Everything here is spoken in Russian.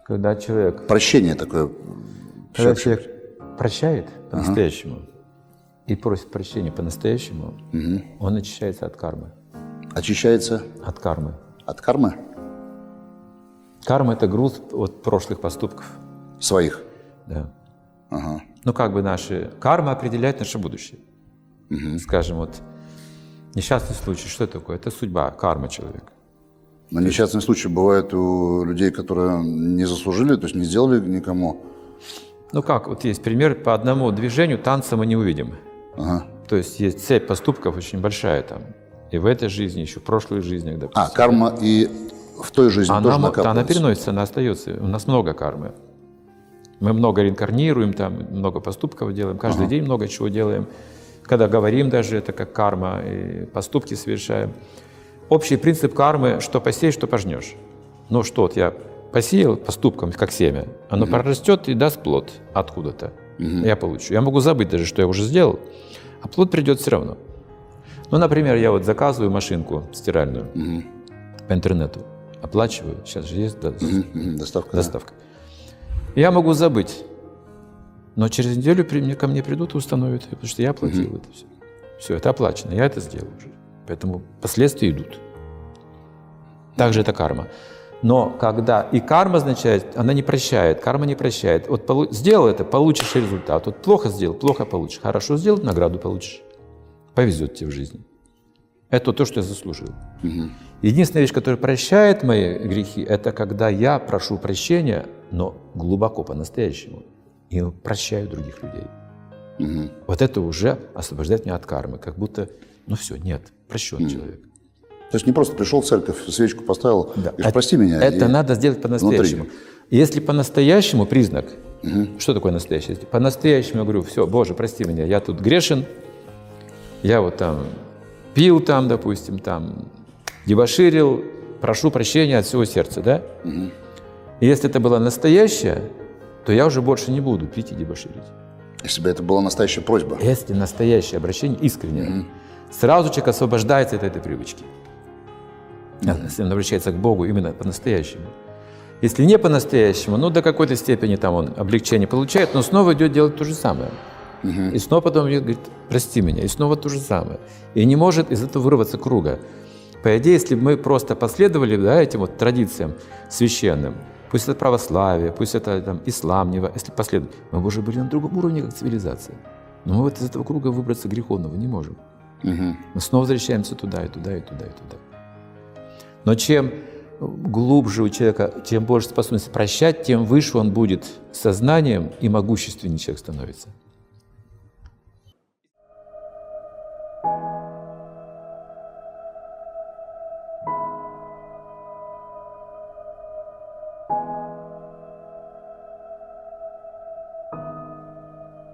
Когда человек, Прощение такое. когда человек прощает по-настоящему и просит прощения по-настоящему, он очищается от кармы. Очищается От кармы. от кармы Карма – это груз от прошлых поступков. своих. Да. Ага. Ну, как бы наши... Карма определяет наше будущее. Скажем, вот несчастный случай, что это такое? Это судьба, карма человека. Но несчастные случаи бывают у людей, которые не заслужили, то есть не сделали никому. Ну как, вот есть пример, по одному движению танца мы не увидим. Ага. То есть есть цепь поступков очень большая там. И в этой жизни, еще в прошлых жизнях, допустим. А, карма и в той жизни тоже Она накапливается. переносится, она остается. У нас много кармы. Мы много реинкарнируем, там, много поступков делаем, каждый день много чего делаем. Когда говорим даже, это как карма, и поступки совершаем. Общий принцип кармы, что посеешь, что пожнешь. Ну что, вот я посеял поступком, как семя, оно прорастет и даст плод откуда-то. Я получу. Я могу забыть даже, что я уже сделал, а плод придет все равно. Ну, например, я вот заказываю машинку стиральную по интернету, оплачиваю, сейчас же есть Доставка. доставка. Я могу забыть, но через неделю ко мне придут и установят, потому что я оплатил это все. Все, это оплачено, я это сделал уже. Поэтому последствия идут. Также это карма. Но когда... И карма означает, она не прощает, карма не прощает. Вот сделал это, получишь результат. Вот плохо сделал, плохо получишь. Хорошо сделал, награду получишь. Повезет тебе в жизни. Это то, что я заслужил. Единственная вещь, которая прощает мои грехи, это когда я прошу прощения, но глубоко, по-настоящему, и прощаю других людей. Вот это уже освобождает меня от кармы, как будто, ну все, нет, прощен человек. То есть не просто пришел в церковь, свечку поставил, Да. и прости меня. Это и надо сделать по-настоящему. Если по-настоящему признак, что такое настоящее? Если по-настоящему я говорю, все, Боже, прости меня, я тут грешен, я вот там пил там, допустим, там, дебоширил, прошу прощения от всего сердца, да? И если это было настоящее, то я уже больше не буду пить и дебоширить. Если бы это была настоящая просьба. Если настоящее обращение искреннее, сразу человек освобождается от этой привычки. Если он обращается к Богу именно по-настоящему. Если не по-настоящему, ну, до какой-то степени там он облегчение получает, но снова идет делать то же самое. И снова потом идет, говорит, прости меня, и снова то же самое. И не может из этого вырваться круга. По идее, если бы мы просто последовали, да, этим вот традициям священным, пусть это православие, пусть это там, ислам, если последовать, мы бы уже были на другом уровне, как цивилизация. Но мы вот из этого круга выбраться греховного не можем. Мы снова возвращаемся туда, и туда, и туда, и туда. Но чем глубже у человека, чем больше способности прощать, тем выше он будет сознанием, и могущественнее человек становится.